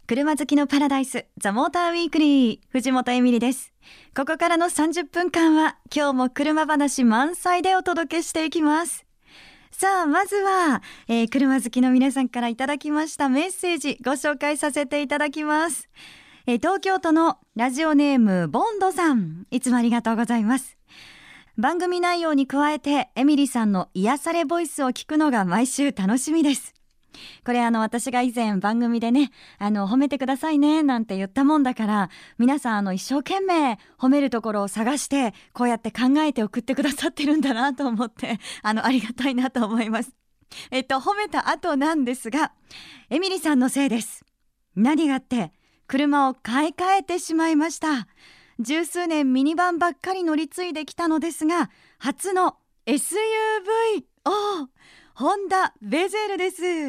車好きのパラダイス、ザ・モーターウィークリー、藤本エミリです。ここからの30分間は今日も車話満載でお届けしていきます。さあ、まずは、車好きの皆さんからいただきましたメッセージご紹介させていただきます。東京都のラジオネームボンドさん、いつもありがとうございます。番組内容に加えてエミリさんの癒されボイスを聞くのが毎週楽しみです。これ私が以前番組でね、褒めてくださいねなんて言ったもんだから、皆さん一生懸命褒めるところを探してこうやって考えて送ってくださってるんだなと思ってありがたいなと思います。褒めた後なんですが、エミリさんのせいです。何があって車を買い替えてしまいました。十数年ミニバンばっかり乗り継いできたのですが、初の SUV、 ホンダベゼルです。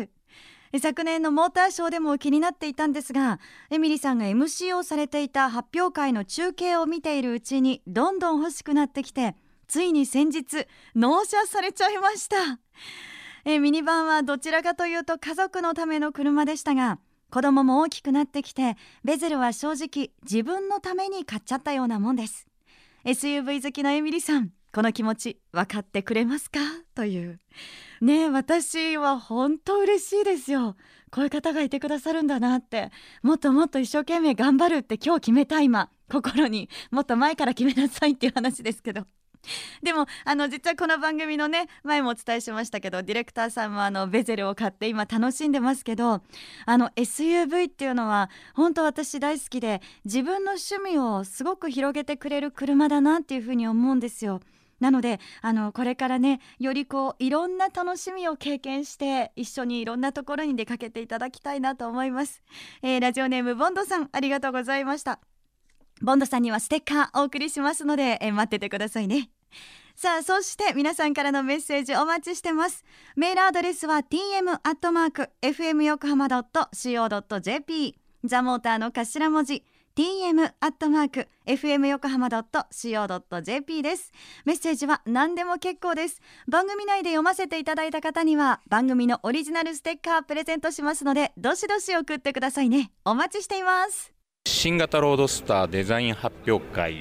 昨年のモーターショーでも気になっていたんですが、エミリさんが MC をされていた発表会の中継を見ているうちにどんどん欲しくなってきて、ついに先日納車されちゃいました。ミニバンはどちらかというと家族のための車でしたが、子供も大きくなってきて、ベゼルは正直自分のために買っちゃったようなもんです。 SUV 好きのエミリさん、この気持ち分かってくれますかというね。私は本当嬉しいですよ。こういう方がいてくださるんだなって。もっともっと一生懸命頑張るって今日決めた。今心にもっと前から決めなさいっていう話ですけど、でも実はこの番組のね、前もお伝えしましたけど、ディレクターさんもベゼルを買って今楽しんでますけど、SUV っていうのは本当私大好きで、自分の趣味をすごく広げてくれる車だなっていうふうに思うんですよ。なのでこれからね、よりいろんな楽しみを経験して一緒にいろんなところに出かけていただきたいなと思います。ラジオネームボンドさん、ありがとうございました。ボンドさんにはステッカーお送りしますので、待っててくださいね。さあ、そして皆さんからのメッセージお待ちしてます。メールアドレスは tm@fmyokohama.co.jp、 ザモーターの頭文字tm@fmyokohama.co.jp です。メッセージは何でも結構です。番組内で読ませていただいた方には番組のオリジナルステッカープレゼントしますので、どしどし送ってくださいね。お待ちしています。 新型ロードスターデザイン発表会、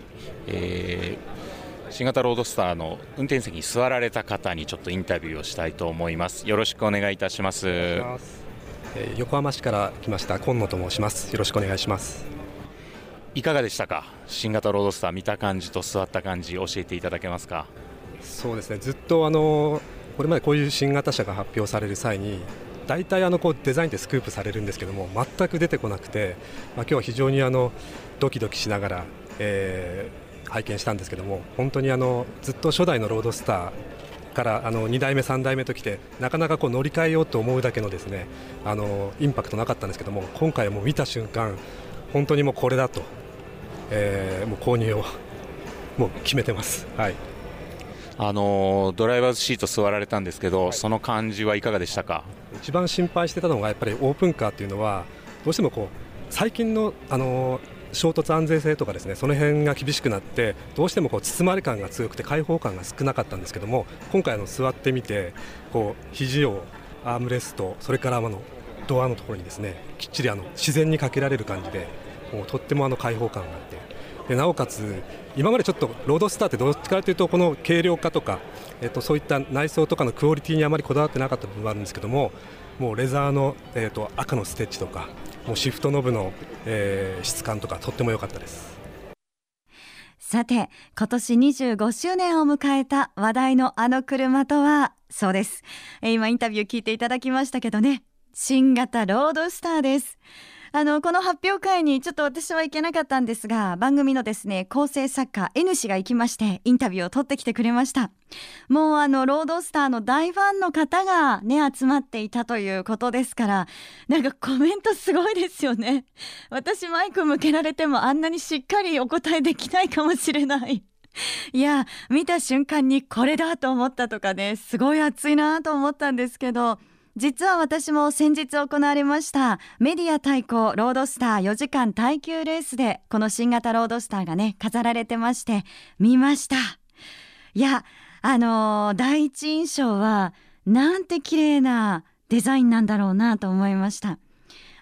新型ロードスターの運転席に座られた方にちょっとインタビューをしたいと思います。よろしくお願いいたします。 横浜市から来ました今野と申します。よろしくお願いします。 いかがでしたか？新型ロードスター見た感じと座った感じ教えていただけますか？ そうですね、ずっとこれまでこういう新型車が発表される際に大体デザインってスクープされるんですけども、全く出てこなくて、今日は非常にドキドキしながら、拝見したんですけども、本当にずっと初代のロードスターから2代目3代目ときて、なかなか乗り換えようと思うだけのですね、インパクトなかったんですけども、今回はもう見た瞬間本当にもうこれだと、もう購入をもう決めてます。はい。 ドライバーズシート座られたんですけど、その感じはいかがでしたか？ 一番心配してたのがやっぱりオープンカーっていうのはどうしても最近の衝突安全性とかですね、その辺が厳しくなってどうしても包まれ感が強くて開放感が少なかったんですけども、今回座ってみて肘をアームレスト、それからドアのところにですね、きっちり自然にかけられる感じで、もうとっても開放感があって、でなおかつ今までちょっとロードスターってどっちかというとこの軽量化とか、そういった内装とかのクオリティにあまりこだわってなかった部分もあるんですけども、もうレザーの、赤のステッチとか、もうシフトノブの、質感とかとっても良かったです。 さて、今年25周年を迎えた話題の車とは、そうです。今インタビュー聞いていただきましたけどね、新型ロードスターです。この発表会にちょっと私は行けなかったんですが、番組のですね、構成作家 N 氏が行きましてインタビューを取ってきてくれました。もうロードスターの大ファンの方がね、集まっていたということですから、なんかコメントすごいですよね。私マイク向けられてもあんなにしっかりお答えできないかもしれない。いや、見た瞬間にこれだと思ったとかね、すごい熱いなと思ったんですけど、実は私も先日行われましたメディア対抗ロードスター4時間耐久レースで、この新型ロードスターがね、飾られてまして見ました。いや、第一印象はなんて綺麗なデザインなんだろうなと思いました。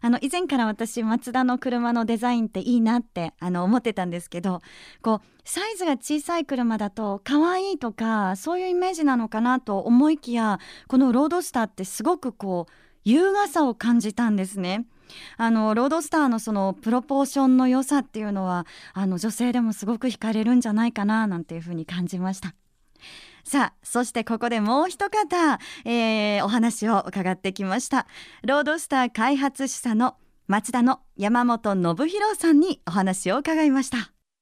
以前から私マツダの車のデザインっていいなって思ってたんですけど、こうサイズが小さい車だと可愛いとかそういうイメージなのかなと思いきや、このロードスターってすごくこう優雅さを感じたんですね。ロードスターのそのプロポーションの良さっていうのは女性でもすごく惹かれるんじゃないかななんていうふうに感じました。さあ、そしてここでもう一方、お話を伺ってきました。ロードスター開発主査のマツダの山本信弘さんにお話を伺いました。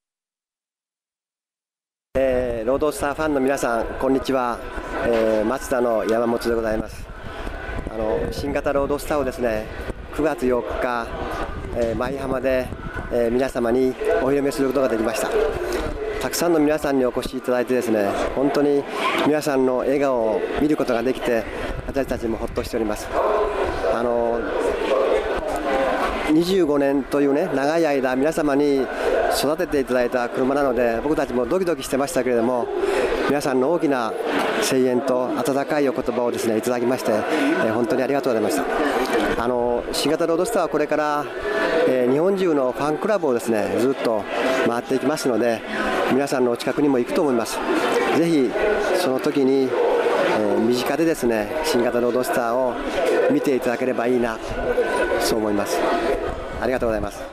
ロードスターファンの皆さん、こんにちは。マツダの山本でございます。新型ロードスターをですね、9月4日、舞浜で、皆様にお披露目することができました。たくさんの皆さんにお越しいただいてですね、本当に皆さんの笑顔を見ることができて、私たちもほっとしております。25年というね、長い間皆様に育てていただいた車なので、僕たちもドキドキしてましたけれども、皆さんの大きな声援と温かいお言葉をですねいただきまして、本当にありがとうございました。新型ロードスターはこれから、日本中のファンクラブをですねずっと回っていきますので、皆さんのお近くにも行くと思います。ぜひその時に、身近でですね新型ロードスターを見ていただければいいな、そう思います。ありがとうございます。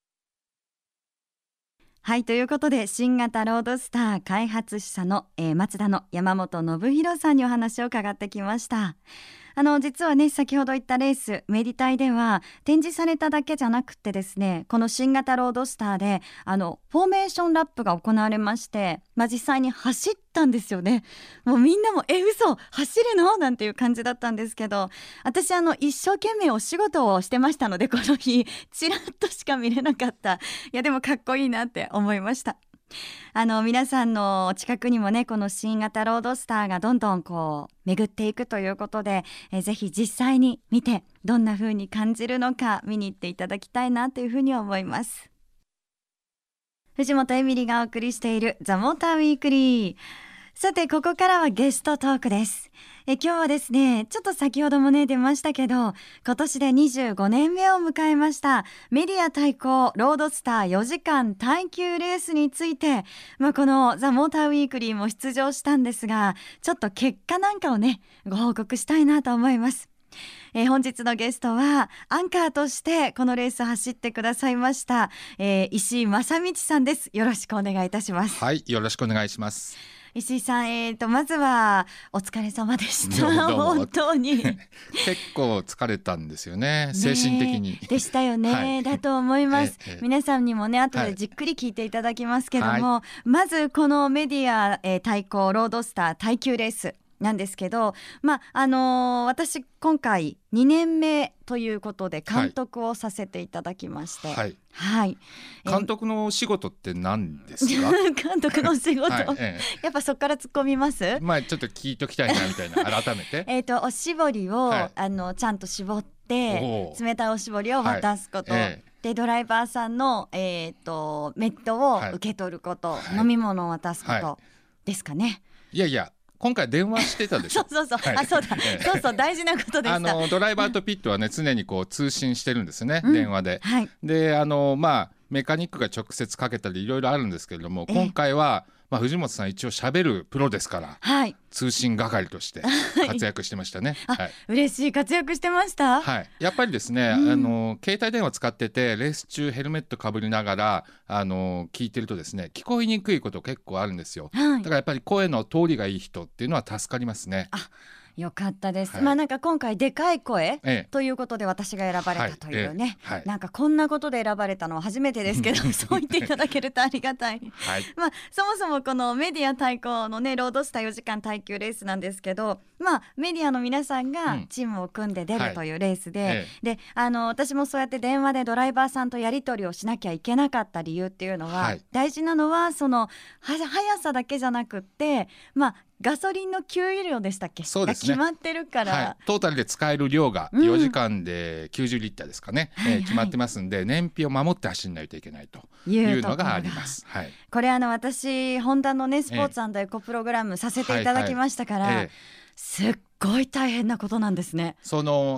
はい、ということで新型ロードスター開発主査の、マツダの山本信弘さんにお話を伺ってきました。実はね、先ほど言ったレースメディタイでは展示されただけじゃなくてですね、この新型ロードスターでフォーメーションラップが行われまして、実際に走ったんですよね。もうみんなも嘘走るのなんていう感じだったんですけど、私一生懸命お仕事をしてましたので、この日ちらっとしか見れなかった。いやでもかっこいいなって思いました。皆さんの近くにもね、この新型ロードスターがどんどんこう巡っていくということで、ぜひ実際に見てどんな風に感じるのか見に行っていただきたいなというふうに思います。藤本エミリがお送りしているザ・モーターウィークリー。さて、ここからはゲストトークです。今日はですね、ちょっと先ほどもね出ましたけど、今年で25年目を迎えましたメディア対抗ロードスター4時間耐久レースについて、このザ・モーターウィークリーも出場したんですが、ちょっと結果なんかをねご報告したいなと思います。本日のゲストはアンカーとしてこのレース走ってくださいました、石井正道さんです。よろしくお願いいたします。 はい、よろしくお願いします。 石井さん、まずはお疲れ様でした。本当に結構疲れたんですよね、精神的にでしたよね、はい、だと思います。皆さんにもね後でじっくり聞いていただきますけども、はい、まずこのメディア、対抗ロードスター耐久レースなんですけど、私今回2年目ということで監督をさせていただきまして、 はいはい、 監督のお仕事って何ですか？ 監督のお仕事、はい、やっぱそこから突っ込みます？ ちょっと聞いときたいなみたいな改めておしぼりを、はい、ちゃんと絞って冷たいおしぼりを渡すこと、でドライバーさんの、メットを受け取ること、飲み物を渡すことですかね。 いや今回電話してたでしょ。 そう、はい、そうだ、そう大事なことでした。 ドライバーとピットはね常にこう通信してるんですね、電話で、 はい、 でメカニックが直接かけたりいろいろあるんですけれども、今回は藤本さん一応喋るプロですから、 はい、 通信係として活躍してましたね。はい、 嬉しい、活躍してました。 はい、やっぱりですね、携帯電話使っててレース中ヘルメットかぶりながら聞いてるとですね、聞こえにくいこと結構あるんですよ、だからやっぱり声の通りがいい人っていうのは助かりますね。 よかったです、はい、なんか今回でかい声、ということで私が選ばれたというね、なんかこんなことで選ばれたのは初めてですけどそう言っていただけるとありがたい、はい、そもそもこのメディア対抗のねロードスター4時間耐久レースなんですけど、メディアの皆さんがチームを組んで出るというレースで、で私もそうやって電話でドライバーさんとやり取りをしなきゃいけなかった理由っていうのは、大事なのはその速さだけじゃなくってガソリンの給油量でしたっけ？ そうですね、 が決まってるから、 トータルで使える量が4時間で90リッターですかね、決まってますんで、燃費を守って走らないといけないというのがあります。 これ私ホンダのねスポーツ&エコプログラムさせていただきましたから、すっごい大変なことなんですね。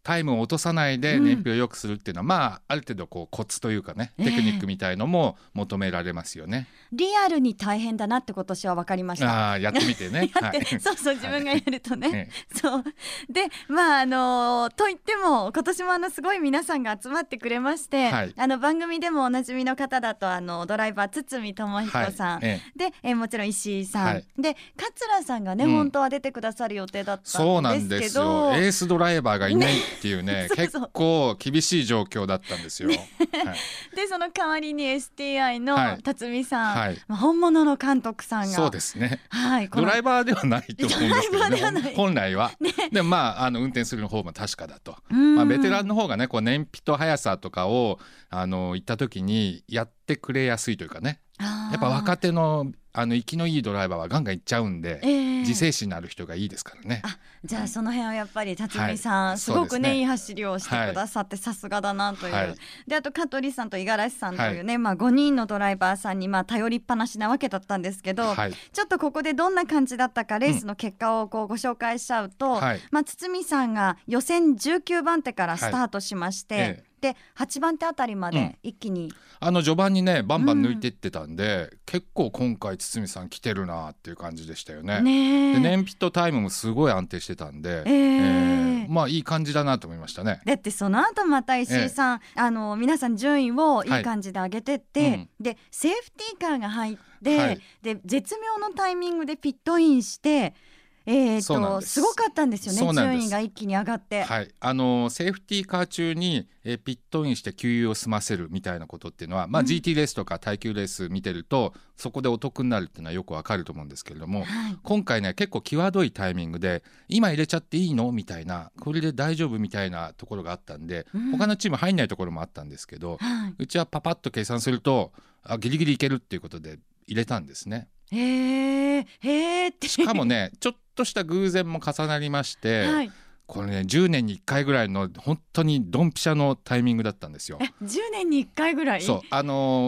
タイムを落とさないで燃費を良くするっていうのは、まあある程度こうコツというかね、テクニックみたいのも求められますよね。 リアルに大変だなって今年は分かりました。 やってみてねやって、そうそう、自分がやるとね、そうで、と言っても今年もすごい皆さんが集まってくれまして、番組でもおなじみの方だとドライバー堤智彦さん、で、もちろん石井さん、で桂さんがね、本当は出てくださる予定だったんですけど、 そうなんですよ。エースドライバーがいないっていうね結構厳しい状況だったんですよ。でその代わりに STI の辰巳さん、本物の監督さんが、 そうですね、ドライバーではないと思うんですけどね、本来は、でも運転する方も確かだと、ベテランの方がねこう燃費と速さとかを行った時にやってくれやすいというかね、やっぱ若手の生きのいいドライバーはガンガンいっちゃうんで、自制心のある人がいいですからね。 じゃあその辺はやっぱり辰巳さん、すごくねいい走りをしてくださって、さすがだなという、であと香取さんと五十嵐さんというね、5人のドライバーさんに頼りっぱなしなわけだったんですけど、ちょっとここでどんな感じだったかレースの結果をご紹介しちゃうと、堤さんが予選19番手からスタートしまして、で8番手あたりまで一気に、 序盤にねバンバン抜いていってたんで、結構今回堤さん来てるなっていう感じでしたよね。で燃費とタイムもすごい安定してたんで、まあいい感じだなと思いましたね。 だってその後また石井さん、皆さん順位をいい感じで上げてって、でセーフティーカーが入って、で絶妙のタイミングでピットインして、すごかったんですよね、順位が一気に上がって、 セーフティーカー中に、ピットインして給油を済ませるみたいなことっていうのは、GT レースとか耐久レース見てるとそこでお得になるっていうのはよくわかると思うんですけれども、今回ね結構際どいタイミングで今入れちゃっていいのみたいな、これで大丈夫みたいなところがあったんで、他のチーム入んないところもあったんですけど、うちはパパッと計算するとギリギリいけるっていうことで入れたんですね。しかもねちょっとした偶然も重なりまして、これね10年に1回ぐらいの本当にドンピシャのタイミングだったんですよ。 10年に1回ぐらい？ そう、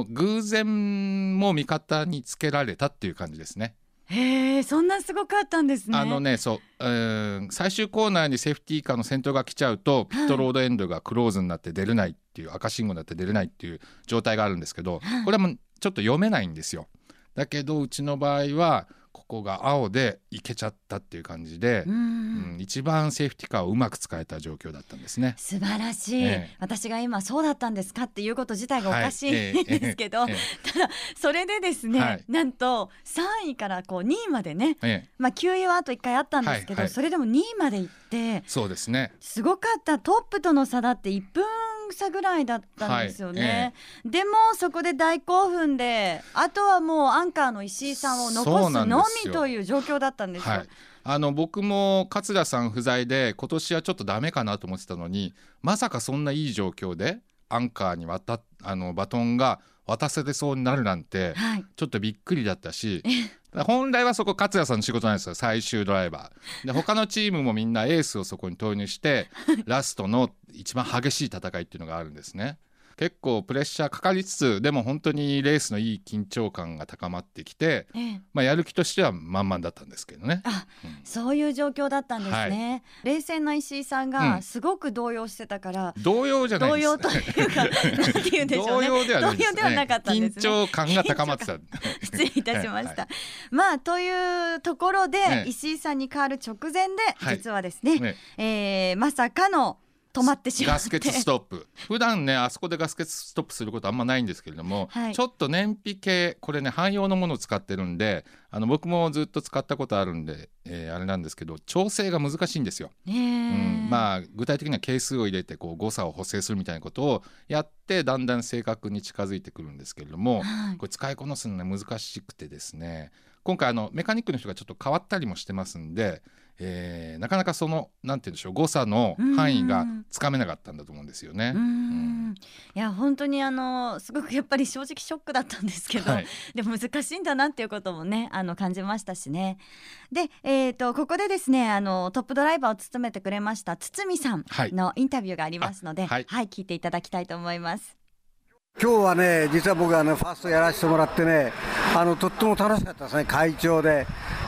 偶然も味方につけられたっていう感じですね。 そんなすごかったんですね。 最終コーナーにセーフティーカーの先頭が来ちゃうと、ピットロードエンドがクローズになって出れないっていう、赤信号になって出れないっていう状態があるんですけど、これはもうちょっと読めないんですよ。だけどうちの場合はここが青でいけちゃったっていう感じで、一番セーフティーカーをうまく使えた状況だったんですね。 素晴らしい、私が今そうだったんですかっていうこと自体がおかしいんですけど、ただそれでですね、なんと3位から2位までね、給油はあと1回あったんですけど、それでも2位まで行って、 そうですね、 すごかった。トップとの差だって1分差ぐらいだったんですよね、でもそこで大興奮で、あとはもうアンカーの石井さんを残すのみという状況だったんですよ。 僕も桂さん不在で今年はちょっとダメかなと思ってたのに、まさかそんないい状況でアンカーにバトンが渡せてそうになるなんて、ちょっとびっくりだったし本来はそこ桂さんの仕事なんですよ、最終ドライバーで。他のチームもみんなエースをそこに投入してラストの一番激しい戦いっていうのがあるんですね。結構プレッシャーかかりつつ、でも本当にレースのいい緊張感が高まってきて、やる気としては満々だったんですけどね。 そういう状況だったんですね、冷静な石井さんがすごく動揺してたから、 動揺じゃないです、 動揺というかなんて言うんでしょうね、 動揺ではないですね、 動揺ではなかったんですね。 緊張感が高まってた失礼いたしました、というところで、石井さんに代わる直前で、実はですね、まさかの止まってしまって、 ガス欠ストップ。普段ねあそこでガス欠ストップすることあんまないんですけれども、ちょっと燃費系これね汎用のものを使ってるんで、僕もずっと使ったことあるんで、あれなんですけど調整が難しいんですよ、具体的には係数を入れて誤差を補正するみたいなことをやって、だんだん正確に近づいてくるんですけれども、これ使いこなすのね難しくてですね、今回メカニックの人がちょっと変わったりもしてますんで、なかなかそのなんて言うんでしょう、誤差の範囲がつかめなかったんだと思うんですよね。 いや本当にすごくやっぱり正直ショックだったんですけど、でも難しいんだなっていうこともね感じましたしね。で、ここでですねトップドライバーを務めてくれました堤さんのインタビューがありますので、聞いていただきたいと思います。 今日はね実は僕はファーストやらせてもらってねとっても楽しかったですね。快調で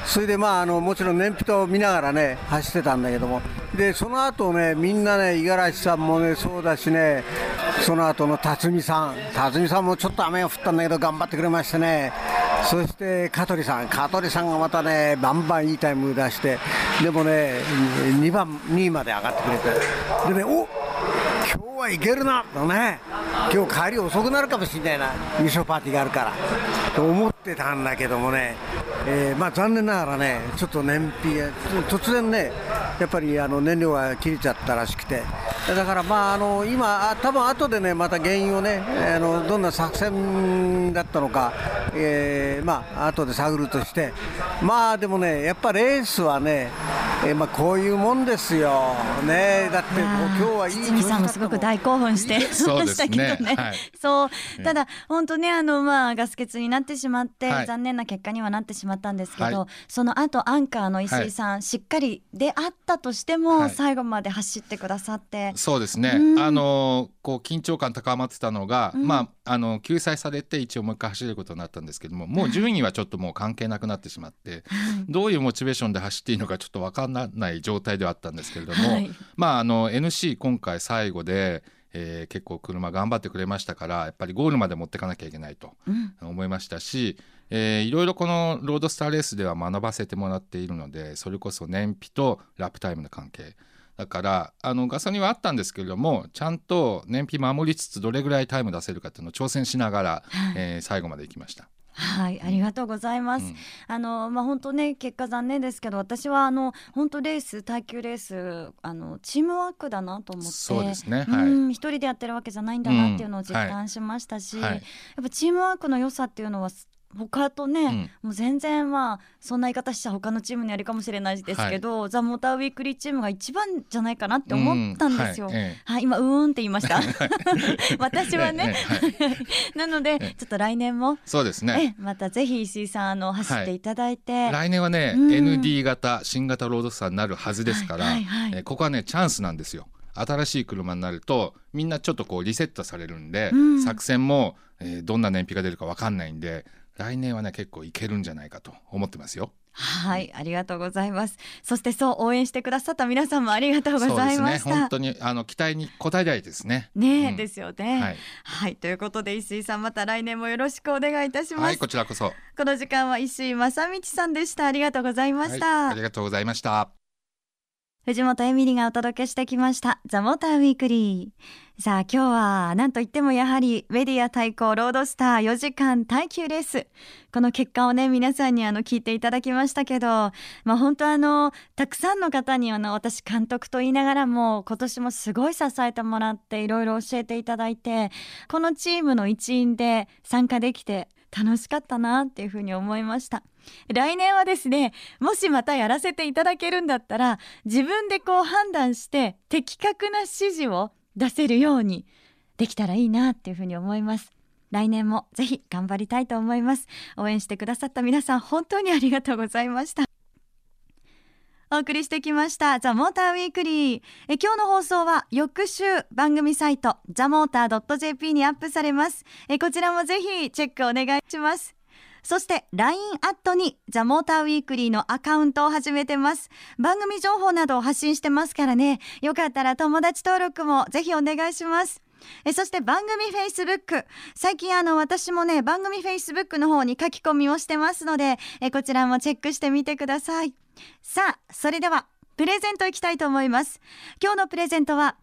それでもちろん燃費と見ながらね走ってたんだけども、でその後ねみんなね五十嵐さんもねそうだしね、その後の辰巳さんもちょっと雨が降ったんだけど頑張ってくれましてね、そして香取さんがまたねバンバンいいタイム出して、でもね2位まで上がってくれて、でね今日はいけるなとね、今日帰り遅くなるかもしれないな、優勝パーティーがあるからと思ってたんだけどもね、残念ながらねちょっと燃費が突然ねやっぱり燃料が切れちゃったらしくて、だから今多分後でねまた原因をねどんな作戦だったのか、後で探るとして、でもねやっぱレースはねこういうもんですよね。だって今日はいい調子だったもん。 堤さんもすごく大興奮してましたけどね。そう、ただ本当ねガス欠になってしまって、残念な結果にはなってしまったんですけど、その後アンカーの石井さん、しっかりであったとしても、最後まで走ってくださって、 そうですね、こう緊張感高まってたのが、救済されて一応もう一回走ることになったんですけども、もう順位はちょっともう関係なくなってしまって、どういうモチベーションで走っていいのかちょっと分からない状態ではあったんですけれども、NC 今回最後で、結構車頑張ってくれましたから、やっぱりゴールまで持ってかなきゃいけないと思いましたし、いろいろこのロードスターレースでは学ばせてもらっているので、それこそ燃費とラップタイムの関係だから、ガソリンはあったんですけれども、ちゃんと燃費守りつつどれぐらいタイム出せるかっていうのを挑戦しながら、最後まで行きました。 はい、ありがとうございます。本当ね結果残念ですけど、私は本当耐久レースチームワークだなと思って、 そうですね、 一人でやってるわけじゃないんだなっていうのを実感しましたし、やっぱチームワークの良さっていうのは他とね、もう全然そんな言い方しちゃ他のチームにあるかもしれないですけど、ザ・モーターウィークリーチームが一番じゃないかなって思ったんですよ。今って言いました私はねなのでちょっと来年もそうですね、 またぜひ石井さん走っていただいて、 来年はね、ND 型新型ロードスターになるはずですから、ここはねチャンスなんですよ。新しい車になるとみんなちょっとこうリセットされるんで、作戦も、どんな燃費が出るか分かんないんで、来年はね結構いけるんじゃないかと思ってますよ。 はい、ありがとうございます。そして応援してくださった皆さんもありがとうございました。 そうですね、本当に期待に応えたいですね。 ですよね。はい、ということで石井さん、また来年もよろしくお願いいたします。 はい、こちらこそ。 この時間は石井正道さんでした。ありがとうございました。 ありがとうございました。 藤本エミリがお届けしてきましたザ・モーターウィークリー。さあ今日は何といってもやはりウェディア対抗ロードスター4時間耐久レース、この結果をね皆さんに聞いていただきましたけど、本当たくさんの方に私監督と言いながらも今年もすごい支えてもらっていろいろ教えていただいて、このチームの一員で参加できて楽しかったなっていうふうに思いました。来年はですね、もしまたやらせていただけるんだったら自分で判断して的確な指示を出せるようにできたらいいなっていうふうに思います。来年もぜひ頑張りたいと思います。応援してくださった皆さん本当にありがとうございました。お送りしてきましたザ・モーターウィークリー。今日の放送は翌週番組サイトザモーター .jp にアップされます。こちらもぜひチェックお願いします。そして LINE アットにザ・モーターウィークリーのアカウントを始めてます。番組情報などを発信してますからね、よかったら友達登録もぜひお願いします。そして番組 Facebook、 最近私もね番組 Facebook の方に書き込みをしてますので、こちらもチェックしてみてください。さあそれではプレゼントいきたいと思います。今日のプレゼントは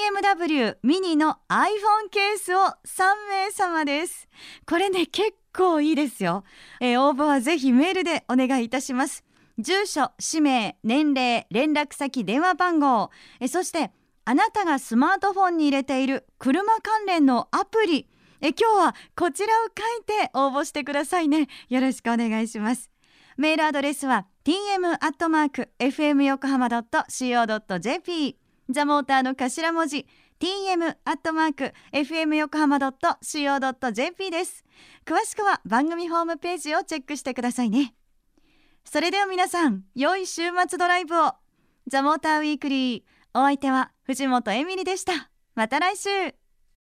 BMW ミニの iPhone ケースを3名様です。これね結構いいですよ。応募はぜひメールでお願いいたします。住所、氏名、年齢、連絡先、電話番号、そしてあなたがスマートフォンに入れている車関連のアプリ、今日はこちらを書いて応募してくださいね。よろしくお願いします。メールアドレスは tm@fmyokohama.co.jp、 ザモーターの頭文字 tm@fmyokohama.co.jp です。詳しくは番組ホームページをチェックしてくださいね。それでは皆さん、良い週末ドライブを。ザモーターウィークリー、お相手は藤本エミリでした。また来週。